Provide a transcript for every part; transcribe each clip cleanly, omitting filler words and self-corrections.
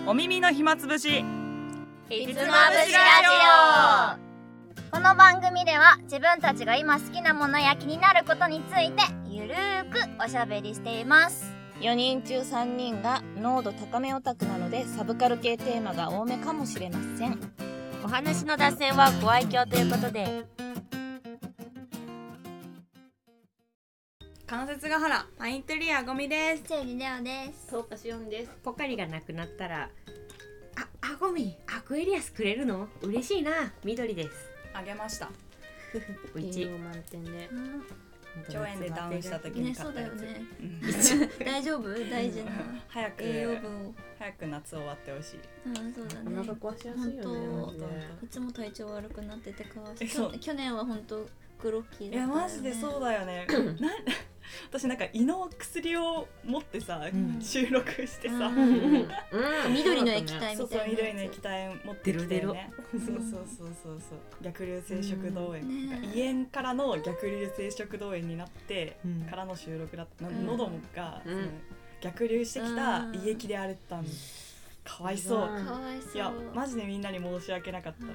お耳の暇つぶしひつまぶしラジオ。この番組では自分たちが今好きなものや気になることについてゆるーくおしゃべりしています。 4人中3人が濃度高めオタクなのでサブカル系テーマが多めかもしれません。 お話の脱線はご愛嬌ということで。 関節ヶ原パイントリアゴミです。 チェリレオです。 トーカシオンです。ポカリがなくなったらアゴミアクエリアスくれるの嬉しいな。緑です。 あげました。 うち栄養満点で腸炎でダウンした時に買ったやつ、 ね、大丈夫？大事な早く栄養分を早く夏終わってほしい。 そうだね。 お腹壊しやすいよね。 いつも体調悪くなっててかわいそう。 去年は本当グロッキーだったよね。 いやマジでそうだよね。私なんか胃の薬を持ってさ、収録してさ、 緑の液体そうそうみたいな緑の液体持ってきてね。そう逆流性食道炎、胃炎からの逆流性食道炎になってからの収録だった。喉がその逆流してきた胃液で荒れてたんです。かわいそう。いやマジでみんなに申し訳なかった。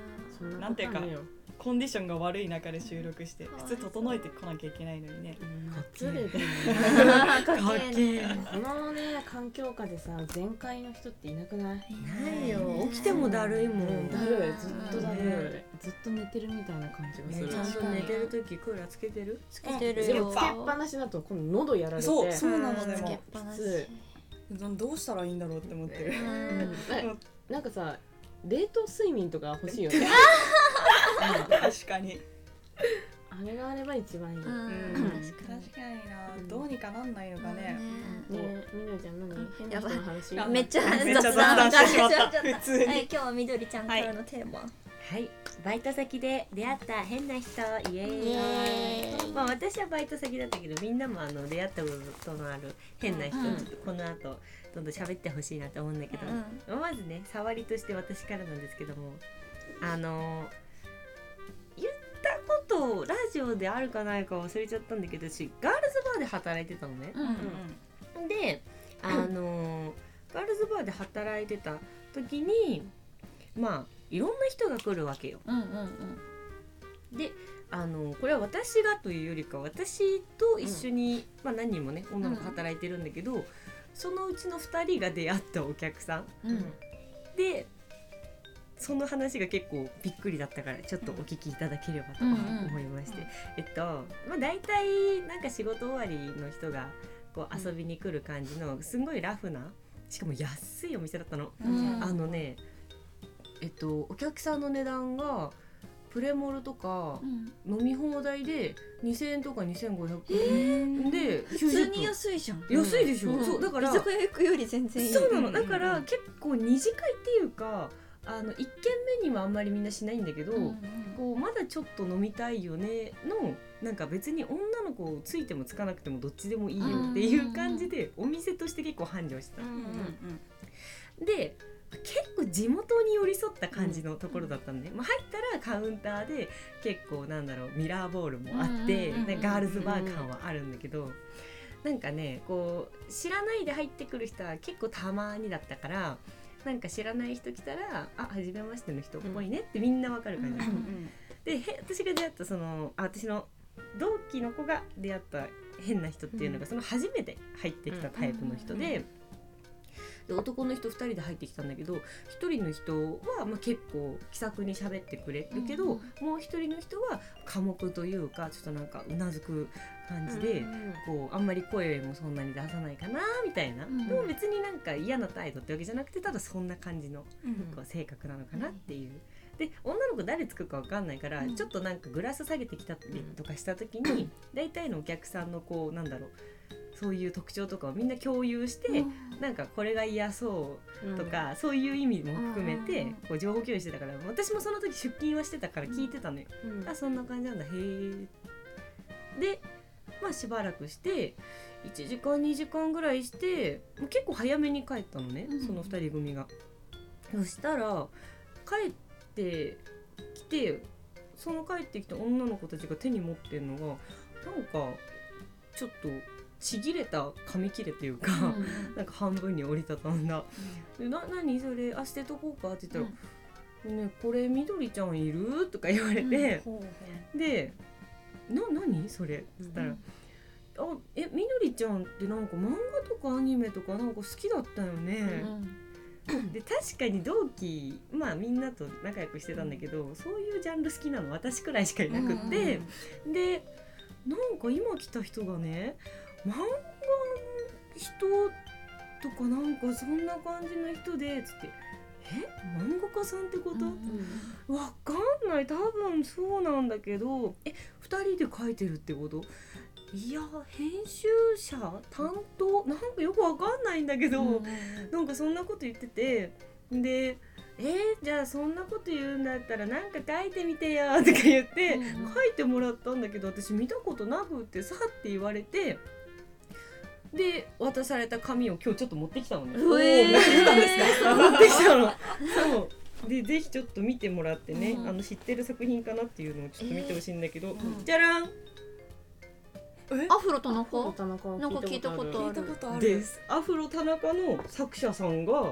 なんていうかコンディションが悪い中で収録して普通整えてこなきゃいけないのにね。 かっつれてるね。 かっけえ。 このね環境下でさ全開の人っていなくない？ ないよ。起きてもだるいもん。 だるい、ずっとだるい。ずっと寝てるみたいな感じがする。 ちゃんと寝てる時クーラーつけてる？ つけてるでよ。 もつけっぱなしだと今度喉やられて。 そうなのでもつけっぱなし。 どうしたらいいんだろうって思ってる。 なんかさ冷凍睡眠とか欲しいよね。 確かに。 あれがあれば一番いい。 確かにな。どうにかなんないのかね。 ねみのりちゃん何？変な人の話。 めっちゃ雑談してしまった。普通に。 今日はみどりちゃんからのテーマ。 はい、バイト先で出会った変な人、イエーイ。まあ私はバイト先だったけど、みんなも出会ったことのある変な人、ちょっとこの後どんどん喋ってほしいなと思うんだけど、まずね、触りとして私からなんですけども、言ったことラジオであるかないか忘れちゃったんだけど、私ガールズバーで働いてたのね。で、ガールズバーで働いてた時に、まあいろんな人が来るわけよ。で、これは私がというよりか私と一緒に、何人もね女の子働いてるんだけど、そのうちの2人が出会ったお客さん、でその話が結構びっくりだったからちょっとお聞きいただければと思いまして、だいたいなんか仕事終わりの人がこう遊びに来る感じのすごいラフな、しかも安いお店だったの。お客さんの値段がプレモルとか飲み放題で2000円とか2500円で90分。 普通に安いじゃん。 安いでしょ。そうだから居酒屋行くより全然いい。 そうなの。だから結構二次会っていうか1軒目にはあんまりみんなしないんだけど、こうまだちょっと飲みたいよねのなんか別に女の子ついてもつかなくてもどっちでもいいよっていう感じでお店として結構繁盛してた。で結構地元に寄り添った感じのところだったのね。入ったらカウンターで結構ミラーボールもあってガールズバー感はあるんだけど、なんかねこう知らないで入ってくる人は結構たまにだったから、なんか知らない人来たら初めましての人っぽいねってみんなわかる感じだった。で私が出会った私の同期の子が出会った変な人っていうのがその初めて入ってきたタイプの人で、男の人2人で入ってきたんだけど、1人の人は結構気さくに喋ってくれるけど、もう1人の人は寡黙というかちょっとなんかうなずく感じで、こうあんまり声もそんなに出さないかなみたいな、でも別になんか嫌な態度ってわけじゃなくて、ただそんな感じのこう性格なのかなっていう。で女の子誰つくか分かんないから、ちょっとなんかグラス下げてきたりとかした時に、大体のお客さんのこうそういう特徴とかをみんな共有して、なんかこれが嫌そうとか、そういう意味も含めてこう情報共有してたから、私もその時出勤はしてたから聞いてたのよ。そんな感じなんだ、へー。でしばらくして1時間2時間ぐらいして結構早めに帰ったのね、その2人組が。そしたら帰ってきて、その帰ってきた女の子たちが手に持ってるのがなんかちょっとちぎれた紙切れっていうか、なんか半分に折りたたんだ、で何それ捨てとこうかって言ったら、ね、これみどりちゃんいるとか言われて、で何それって言ったら、みどりちゃんってなんか漫画とかアニメとかなんか好きだったよね、で確かに同期まあみんなと仲良くしてたんだけど、そういうジャンル好きなの私くらいしかいなくって、でなんか今来た人がね漫画の人とかなんかそんな感じの人でつって漫画家さんってこと、わかんない多分そうなんだけど2人で書いてるってこと、いや編集者担当なんかよくわかんないんだけど、なんかそんなこと言ってて、でじゃあそんなこと言うんだったらなんか書いてみてよとか言って、書いてもらったんだけど私見たことなくってさって言われて、で渡された紙を今日ちょっと持ってきたのね。持ってきたんですか？持ってきたの。そうでぜひちょっと見てもらってね、知ってる作品かなっていうのをちょっと見てほしいんだけど、じゃらん。 アフロ田中なんか聞いたことあるです。アフロ田中の作者さんが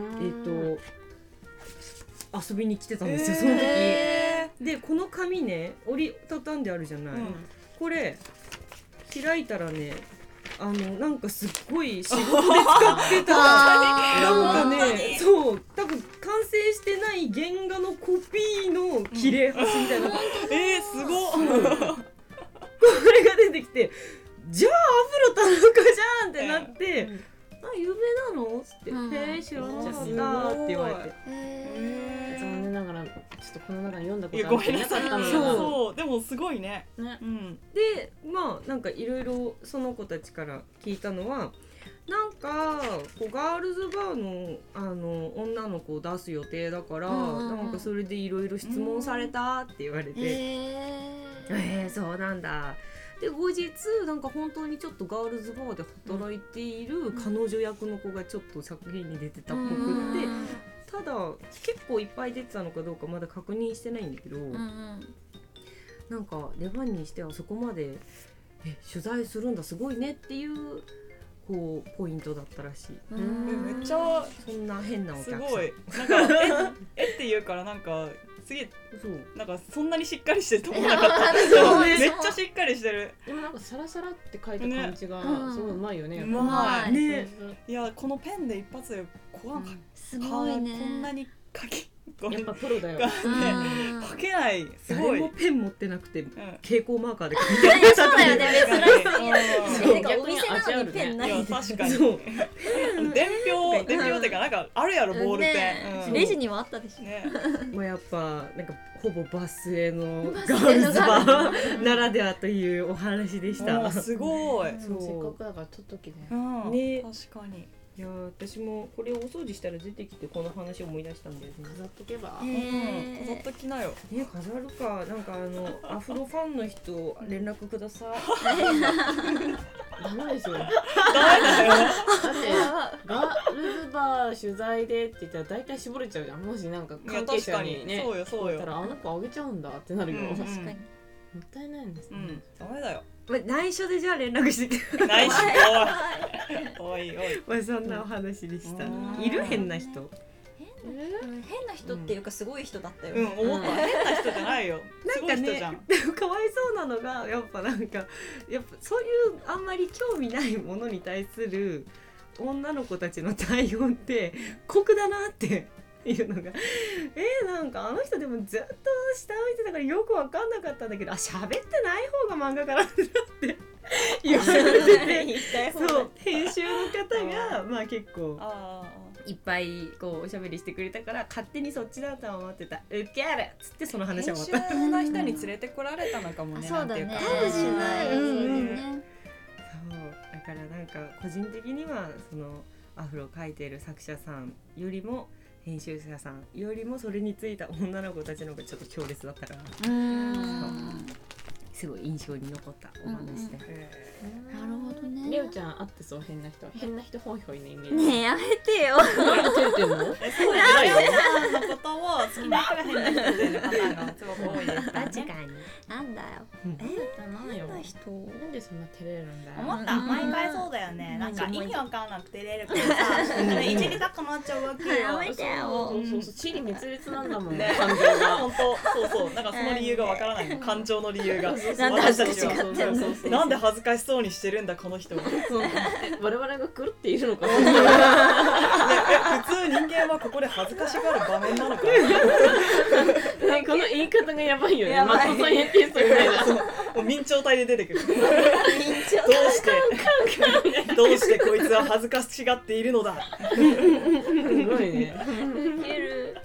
遊びに来てたんですよ、その時。でこの紙ね折りたたんであるじゃない、これ開いたらねなんかすっごい仕事で使ってたなんかね、そう多分完成してない原画のコピーの切れ端みたいな、 すごっこれが出てきて、じゃあアフロ田中じゃんってなって、有名なのって知らなかったって言われて、 残念ながらちょっとこの中に読んだことあるなかったの。 そうでもすごいね。 でまあなんかいろいろその子たちから聞いたのは、なんかこうガールズバーの女の子を出す予定だから、なんかそれでいろいろ質問されたって言われて、そうなんだ。で後日なんか本当にちょっとガールズバーで働いている彼女役の子がちょっと作品に出てたっぽくって、ただ結構いっぱい出てたのかどうかまだ確認してないんだけど、なんか出番にしてはそこまで取材するんだすごいねっていうこうポイントだったらしい。 めっちゃそんな変なお客さん。 すごいなんかって言うからなんかすげえなんかそんなにしっかりしてると思わなかった。めっちゃしっかりしてる。 でもなんかサラサラって書いた感じがすごいうまいよね。 うまいね。 いやこのペンで一発ですごいね。 こんなに書きやっぱプロだよ。 書けないすごい。 誰もペン持ってなくて蛍光マーカーで書いてる。そうだよね、珍しい。 逆に味あるね。 確かに。伝票ってかなんかあるやろボールペン。 レジにもあったでしょ。 まあやっぱなんかほぼバスへのガールズバーならではというお話でした。 すごい。 せっかくだから取っときね。 ね。 確かに。 いや私もこれをお掃除したら出てきてこの話を思い出したんだよね。 飾っとけば。 飾っときなよ。 飾るか。なんかアフロファンの人連絡ください。 ダメですよ。 ダメだよ。 だってガールズバー取材でって言ったら大体絞れちゃうじゃん。もしなんか関係者にねそうよ。 たらあの子あげちゃうんだってなるよ。 確かに。 もったいないんですね。 ダメだよ。 内緒でじゃあ連絡してく内緒。おい。 まあそんなお話でした。いる変な人。 変な人っていうかすごい人だったよ。 思った変な人じゃないよ。 なんかね、でもかわいそうなのがやっぱなんかやっぱそういうあんまり興味ないものに対する女の子たちの対応って酷だなっていうのがなんかあの人でもずっと下向いてたからよく分かんなかったんだけど、喋ってない方が漫画家なんだって言われててそう編集の方がまあ結構いっぱいこうおしゃべりしてくれたから勝手にそっちだと思ってた。ウケるっつってその話はまた編集の人に連れてこられたのかもね。 そうだね。 かもしれない。 そうだからなんか個人的にはそのアフロを描いている作者さんよりも編集者さんよりもそれについた女の子たちの方がちょっと強烈だったからすごい印象に残ったお話で。 なるほどね。 レオちゃん会ってそう変な人ホイホイのイメージ。 ねえやめてよ。 そういうの方は好きな人が変な人っていうパターンがすごく多いですからね。 確かに。 なんだよ。 なんよ変な人。 なんでそんな照れるんだよ。 思った毎回そうだよね。なんか意味わかんなくて照れるからさ、いじりたくなっちゃうわけよ。 やめてよ。 そう地理滅裂なんだもんね、 感情が。 本当そうなんかその理由がわからないの、感情の理由が。 なんで恥ずかしがそうってんの。 なんで恥ずかしそうにしてるんだこの人は。 我々が狂っているのか。 普通人間はここで恥ずかしがる場面なのか。 この言い方がやばいよね。 やばいマットソンエンティストみたいな。 もう明朝体で出てくる。どうしてこいつは恥ずかしがっているのだ。 すごいね。 いける。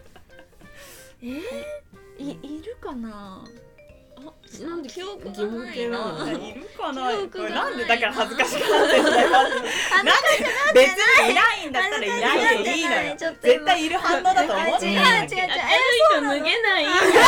いるかな。 なんで記憶が疑問ないな系なの。 いるかな。 記憶がないなんでだから恥ずかしがってんだよ。なんで別にいないんだったらいないでいいのよ。 ちょっと絶対いる反応だと思ってるんだけど。 違う人脱げない。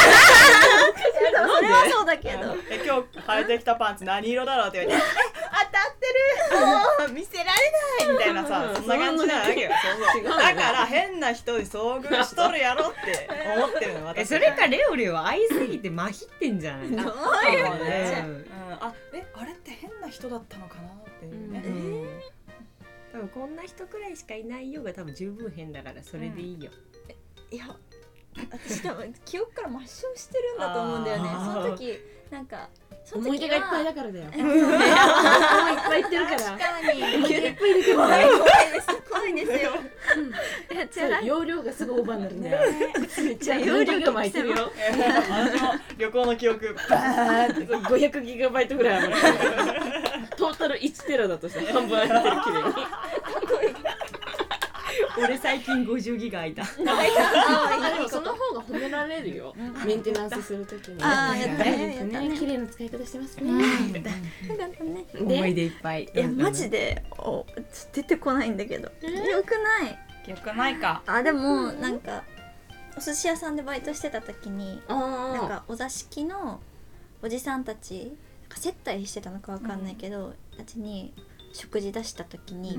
それはそうだけど。 今日履いてきたパンツ何色だろうって言われて当たってるもう見せられないみたいなさ、そんな感じなわけよ。そうだから変な人に遭遇しとるやろって思ってるの私。 それかレオレオ会いすぎて麻痺ってんじゃない？ どういうそうね。 うんあれって変な人だったのかなっていうね。 多分こんな人くらいしかいないよが多分十分変だからそれでいいよ。 いや、私多分記憶から抹消してるんだと思うんだよね。その時なんか思い出がいっぱいだからだよ。 そうね。 いっぱい言ってるから。 確かに。 思い出がいっぱいだから。 怖いですよ。 そう容量がすごいオーバーになるんだよ。めっちゃ容量が巻いてるよ。 私も旅行の記憶バーって 500ギガバイトぐらいある。トータル1テラだとしたら半分空いてる綺麗に。 俺最近50ギガ空いた。 でもその方が褒められるよ。メンテナンスするときに。 あーやったねですね。綺麗な使い方してますね。 よかったね。 思い出いっぱい。 いやマジで出てこないんだけど。よくない。 記憶ないか。 あでもなんかお寿司屋さんでバイトしてた時になんあかお座敷のおじさんたちなんか接待してたのかわかんないけど、たちに食事出した時に、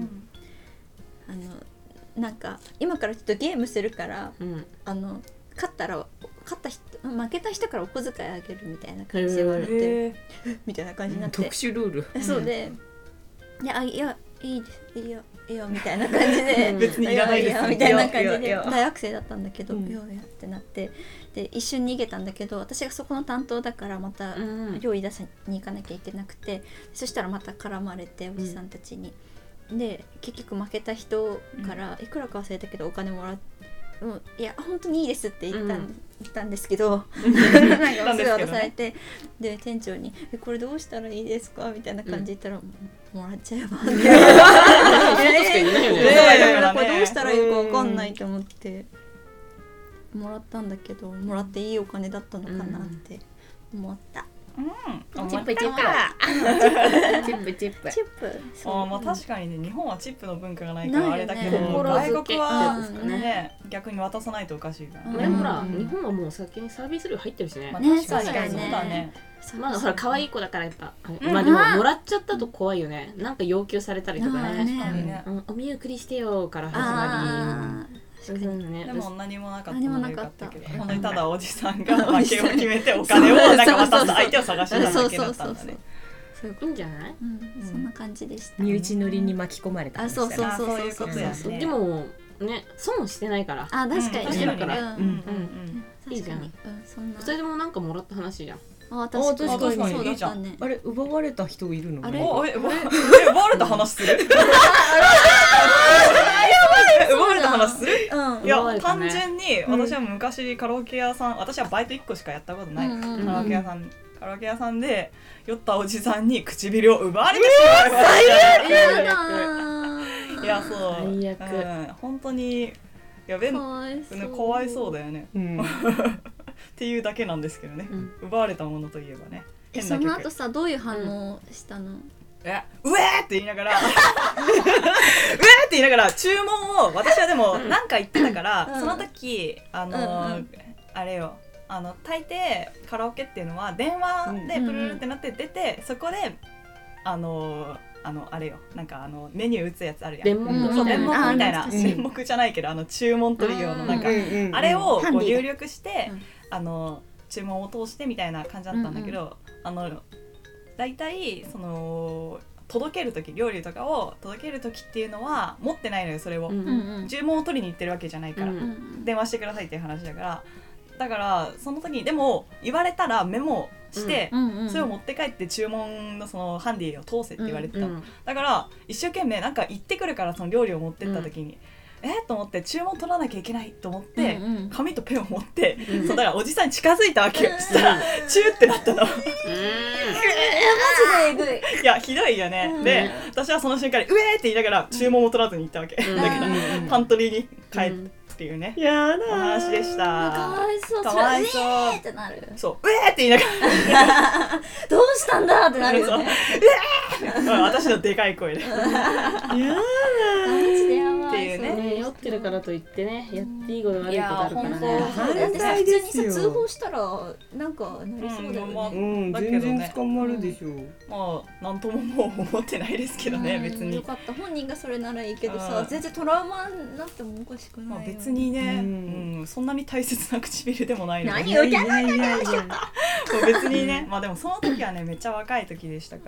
なんか今からちょっとゲームするから勝けた人からお小遣いあげるみたいな感じで言われてみたいな感じになって、 特殊ルール。 そうでいやいいですいいよみたいな感じで別にいらないですいやみたいな感じでいや大学生だったんだけど、いやってなってで一瞬逃げたんだけど、私がそこの担当だからまた料理出しに行かなきゃいけなくて、そしたらまた絡まれておじさんたちに、で結局負けた人からいくらか忘れたけどお金もらって。いや本当にいいですって言ったんですけど、なんかすぐ渡されて、で店長にこれどうしたらいいですかみたいな感じで言ったら、もらっちゃえばってこれどうしたらいいかわかんないと思ってもらったんだけど、もらっていいお金だったのかなって思った。 チップチップチップチップ。 チップ。 まあ確かにね、日本はチップの文化がないからあれだけど、 心外国はねね逆に渡さないとおかしいからね。 でもほら日本はもう先にサービス料入ってるしね。 まあね確かにそうだねそうだね。 まあほら可愛い子だからやっぱまあでももらっちゃったと怖いよね。なんか要求されたりとかね。 ねお見送りしてよから始まり。そうね。 でも何もなかった何ものなかったでよかったけど、本当にただおじさんが負けを決めてお金をなんか渡す相手を探してただけだったんだね。 そういいんじゃない？ そんな感じでした。 身内乗りに巻き込まれた。 そうそういうことやね。 でもね損してないから。 あ確かにね。 だからいいじゃん。 そんな。 それでもなんかもらった話じゃん。 あ確かに確かにそうだったね。 あれ奪われた人いるの？ あれ奪われた話する？奪われた話する？いや単純に私は昔カラオケ屋さん、私はバイト1個しかやったことないカラオケ屋さんで酔ったおじさんに唇を奪われてしまいました。いやそう最悪。 本当にかわいそうだよね。っていうだけなんですけどね。奪われたものといえばね。 その後さどういう反応したの？ うえーって言いながらうえーって言いながら注文を私はでも何か言ってたからその時あれよ大抵カラオケっていうのは電話でプルルってなって出てそこであれよなんかメニュー打つやつあるやん。 電目そう電目みたいな、 うん電目じゃないけど注文取る用のなんか、あれをこう入力して、注文を通してみたいな感じだったんだけど、だいたいその届ける時料理とかを届ける時っていうのは持ってないのよそれを、注文を取りに行ってるわけじゃないから、電話してくださいっていう話だからその時にでも言われたらメモして、それを持って帰って注文のそのハンディを通せって言われてた、だから一生懸命なんか行ってくるからその料理を持ってった時に、と思って注文取らなきゃいけないと思って、紙とペンを持って、そうだからおじさんに近づいたわけよ、したらチューってなったの。マジでえぐい。いやひどいよね、で私はその瞬間にうえーって言いながら注文も取らずに行ったわけ、だからパントリーに帰っていうね、お話でした。 かわいそう。 かわいそうってなる。 そううえーって言いながらどうしたんだってなるよね。 私のでかい声で。やだっていうね。 酔ってるからといってね、やっていいこと悪いことあるからね。 だってさ普通にさ通報したらなんかなりそうだよね。 全然捕まるでしょ。 まあなんとももう思ってないですけどね、別に。 よかった、本人がそれならいいけどさ、全然トラウマになってもおかしくないよ。 まあ別にね、そんなに大切な唇でもないので。 何を言ってんの。 別にね、まあでもその時はねめっちゃ若い時でしたから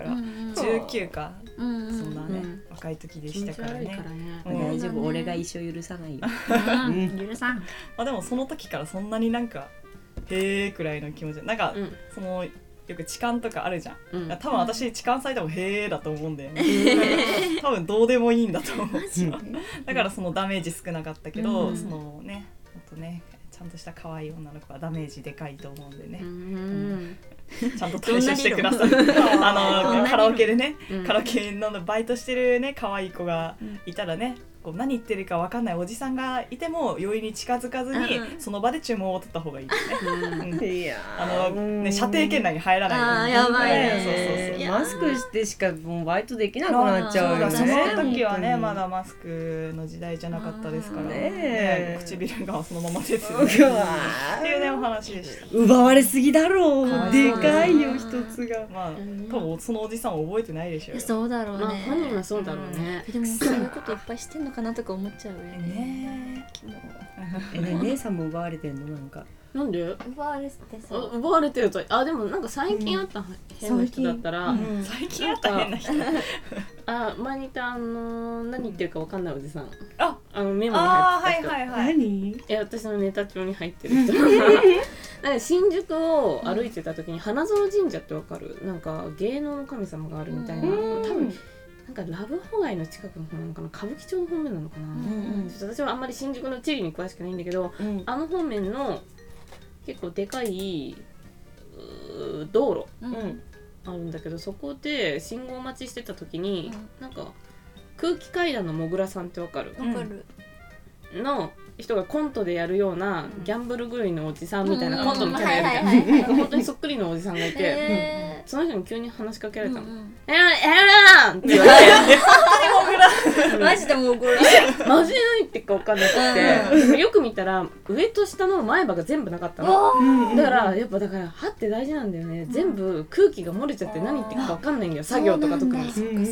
、19か、そんなね若い時でしたからね。 大丈夫、俺が一生許さないよ。 許さん。 まあでもその時からそんなになんかへーくらいの気持ち、なんかそのよく痴漢とかあるじゃん、多分私痴漢されてもへーだと思うんだよね。多分どうでもいいんだと思う。だからそのダメージ少なかったけど、そのねもっとねちゃんとした可愛い女の子はダメージでかいと思うんでね、ちゃんと対処してください。カラオケでね、カラオケのバイトしてるね可愛い子がいたらね、こう何言ってるか分かんないおじさんがいても容易に近づかずに、その場で注文を取った方がいいですね。いやね、射程圏内に入らない。 やばいね。 マスクしてしかもうバイトできなくなっちゃうよね。 その時はねまだマスクの時代じゃなかったですからね、唇がそのまま出てるっていうねお話でした。 奪われすぎだろう。でかいよ一つが。 まあ多分そのおじさんは覚えてないでしょう。 そうだろうね。 まあ本人はそうだろうね。 でもそういうこといっぱいしてんのかなとか思っちゃうよね。 姉さんも奪われてんのなんか。 なんで？ 奪われてさ。 奪われてると、でもなんか最近あった変な人だったら、 最近あった変な人。 前にいた何言ってるかわかんないおじさん。メモに入ってた人。 何？ 私のネタ帳に入ってる人。なんか新宿を歩いてた時に花園神社ってわかる？なんか芸能の神様があるみたいな。多分なんかラブホ街の近くの方なのかな、歌舞伎町の方面なのかな。ちょっと私はあんまり新宿の地理に詳しくないんだけど、あの方面の結構でかい道路あるんだけど、そこで信号待ちしてた時に、なんか空気階段のもぐらさんってわかる？ わかる。 の人がコントでやるようなギャンブル狂いのおじさんみたいなコントのキャラやるみたいな、本当にそっくりのおじさんがいて、その人に急に話しかけられたの。エランって言われて、 マジでもぐら。 マジで何言ってるか分かんなくて、よく見たら上と下の前歯が全部なかったの。だからやっぱ歯って大事なんだよね。全部空気が漏れちゃって何言ってるか分かんないんだよ、作業とか特に。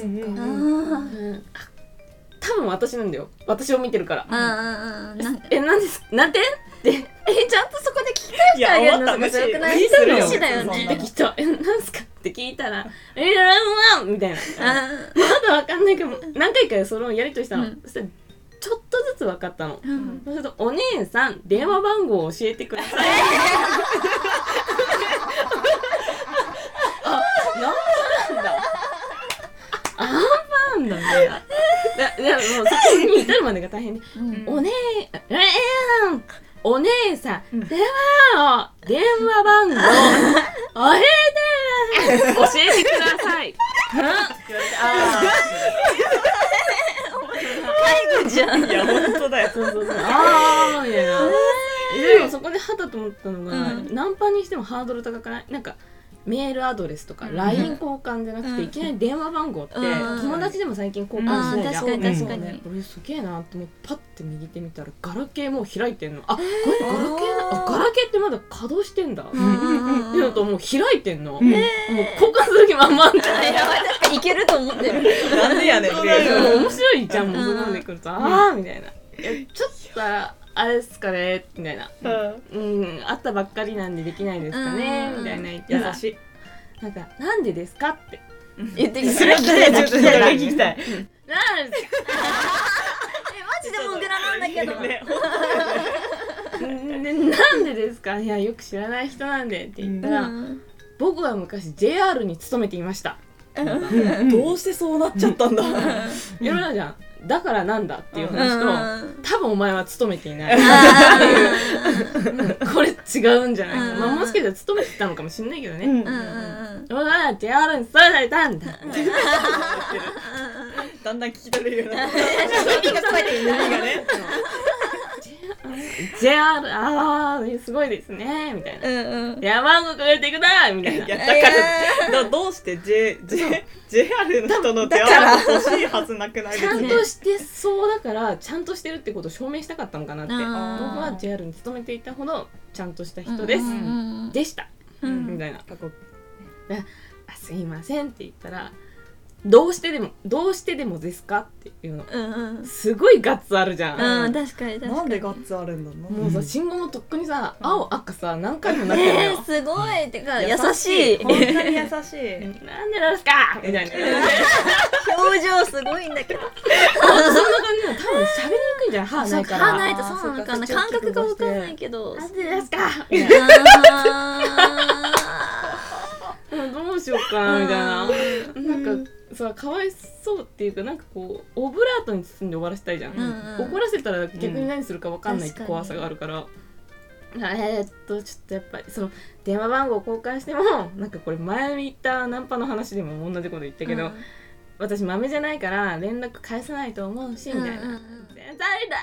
多分私なんだよ、私を見てるから。なんてってちゃんとそこで聞き返してあげるのがすごくない？無視だよね。聞いてきた。なんすかって聞いたらみたいな。まだわかんないけど何回かそれをやりとりしたの。そしたらちょっとずつ分かったの。そうするとお姉さん電話番号を教えてください。なんだ。なんだね。もうそこに至るまでが大変で、お姉さん、電話番号教えてください。 介護じゃん。 いや本当だよ。 そうみたいな。でもそこではたと思ったのが、ナンパにしてもハードル高くない？なんかメールアドレスとか LINE 交換じゃなくていきなり電話番号って友達でも最近交換しないじゃん。 確かに。 俺すげえなって思ってパッて右手見たらガラケーもう開いてんの。これガラケーガラケーってまだ稼働してんだっていうのともう開いてんの。もう交換する気満々じゃない。 やばい、確かにいけると思ってる。 なんでやねんっていう。 面白いじゃんもうそうなってくると、ああみたいな、ちょっとあれですかねみたいな、会ったばっかりなんでできないですかねみたいな言って優しい。 なんかなんでですかって言ってきて。 それ聞きたい、ちょっとそれ聞きたい。 なんでマジでモグラなんだけど。 なんでですか、いやよく知らない人なんでって言ったら、僕は昔 JR に勤めていました。 どうしてそうなっちゃったんだ。 いろいろじゃん。だからなんだっていう話と、多分お前は勤めていないこれ違うんじゃないか、まあ、もしかしたら勤めてたのかもしれないけどね。俺は JR に勤めていたんだだんだん聞き取れるようになって耳が聞こえてる。 耳がね。 JR すごいですねみたいな、山号くれてくだみたいな。 いやだからどうして JR の人の手洗い欲しいはずなくないですか。 ちゃんとしてそうだからちゃんとしてるってことを証明したかったのかなって。僕は JR に勤めていたほどちゃんとした人です、でした、みたいな。すいませんって言ったら、どうしてでもですかっていうの、すごいガッツあるじゃん。 確かに。 なんでガッツあるんだろう。 もうさ、信号もとっくにさ、青赤さ何回もなってるのよ。 すごい。てか優しい。 本当に優しい。 なんでなんですかみたいな。 表情すごいんだけど。 そんな感じなの。多分喋りにくいんじゃん。歯ないから。 歯ないとそうなのかな。感覚がわかんないけど。 なんでですかどうしようかなみたいな。なんかさ、かわいそうっていうか、なんかこうオブラートに包んで終わらせたいじゃん。怒らせたら逆に何するかわかんない怖さがあるから。ちょっとやっぱりその電話番号交換しても、なんかこれ前言ったナンパの話でも同じこと言ったけど、私豆じゃないから連絡返さないと思うしみたいな。誰だ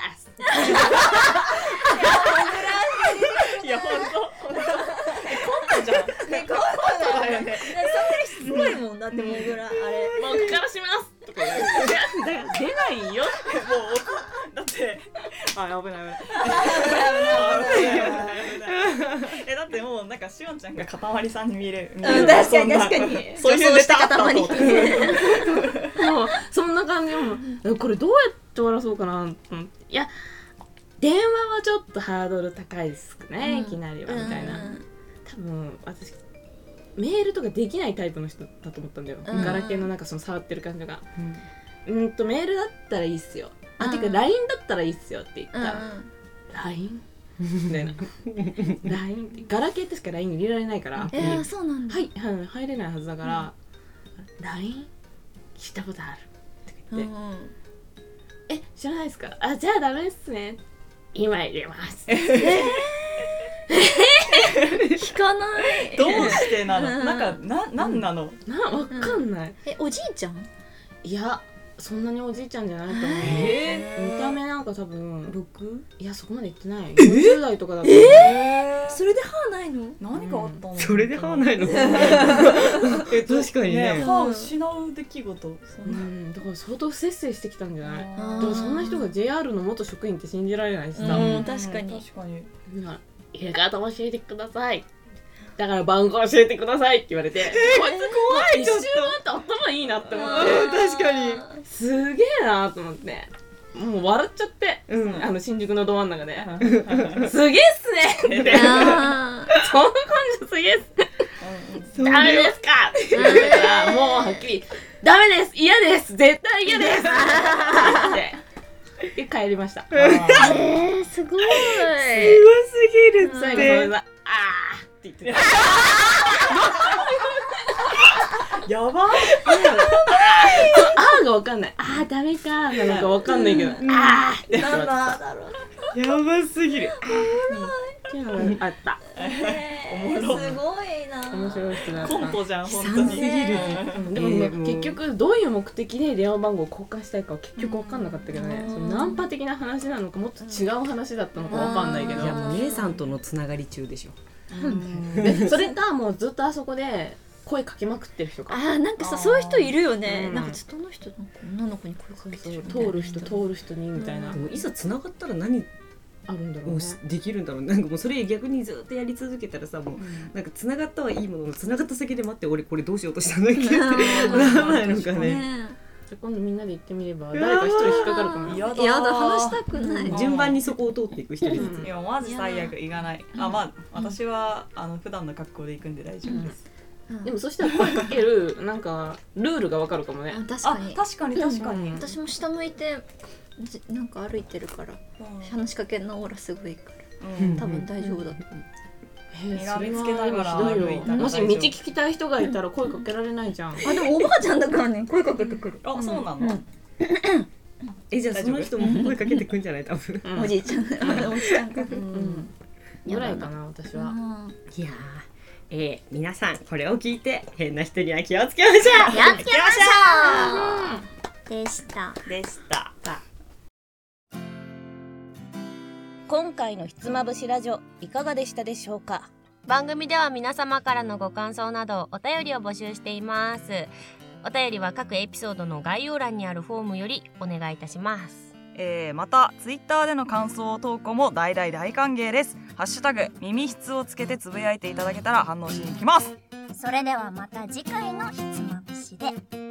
いや本当コントじゃん。 ね、コントだよね。そんなにすごいもんだってモグラあれ。 僕からしますとか言って出ないよ。 もうだって危ないだってもうなんかしおんちゃんがかたまりさんに見える。 確かにそういうネタあったと思って。 もうそんな感じもこれどうやって終わらそうかなと思って、いや電話はちょっとハードル高いですかね、いきなりはみたいな。多分私メールとかできないタイプの人だと思ったんだよ、ガラケーのなんかその触ってる感じが。メールだったらいいっすよ、てか LINE だったらいいっすよって言ったら、LINE？ みたいなLINE ってガラケーってしか LINE 入れられないから、 そうなんだ。 入れないはずだから、LINE 聞いたことあるって言って、知らないですか。じゃあダメっすね、今入れます聞かない。 どうしてなの。なんかなんなの。 わかんない。 おじいちゃん？ いやそんなにおじいちゃんじゃないと思う。見た目なんか多分6？いやそこまでいってない。40代とかだった。 それで歯ないの？ 何があったの。 それで歯ないの。確かにね。 歯を失う出来事。 だから相当不節制してきたんじゃない。でもそんな人が JR の元職員って信じられないしさ。 確かに。 入れ方教えてください。だから番号教えてくださいって言われて、こいつ怖い、ちょっと頭いいなって思って、 確かにすげえなと思って、もう笑っちゃって、新宿のど真ん中で、すげえっすねって、その感じすげえっすね、ダメですかって言ってから、もうはっきりダメです、嫌です、絶対嫌ですってで帰りました。 すごい。 すごすぎるって。 最後それがって言ってた。 やばい。 がわかんない。ダメかなのかわかんないけど、って言ってた。 やばすぎる。 っていうのがあった。 すごいな。 面白い人だった。 コントじゃん本当に。 でも結局どういう目的で電話番号を交換したいかは結局わかんなかったけどね。ナンパ的な話なのかもっと違う話だったのかわかんないけど。 いやもう姉さんとのつながり中でしょ。 それかもうずっとあそこで声かけまくってる人か。 なんかさそういう人いるよね。なんかずっとの人なんか女の子に声かけてる。 通る人にみたいな。 でもいざつながったら何あるんだろうね。 できるんだろう。なんかもうそれ逆にずっとやり続けたらさ、もうなんか繋がったはいいものの繋がった先で待って、俺これどうしようとしたんだっけってならないのかね。 じゃ今度みんなで行ってみれば誰か一人引っかかるかも。 やだやだ話したくない。 順番にそこを通っていく一人ずつ。 いやマジ最悪行かない。まあ私は普段の格好で行くんで大丈夫です。 でもそしたら声かけるなんかルールがわかるかもね。 確かに確かに確かに。 私も下向いてなんか歩いてるから話しかけのオーラすごいから多分大丈夫だと思う。 睨みつけながら歩いたらもし道聞きたい人がいたら声かけられないじゃん。 でもおばあちゃんだからね声かけてくる。 あ、そうなの。 じゃあその人も声かけてくんじゃない多分。 おじいちゃんおじちゃんかぐらいかな私は。 いや皆さんこれを聞いて変な人には気をつけましょう。 気をつけましょうでしたでした。 今回のひつまぶしラジオいかがでしたでしょうか。 番組では皆様からのご感想などお便りを募集しています。お便りは各エピソードの概要欄にあるフォームよりお願いいたします。 またツイッターでの感想投稿も大歓迎です。ハッシュタグ耳質をつけてつぶやいていただけたら反応しに行きます。 それではまた次回のひつまぶしで。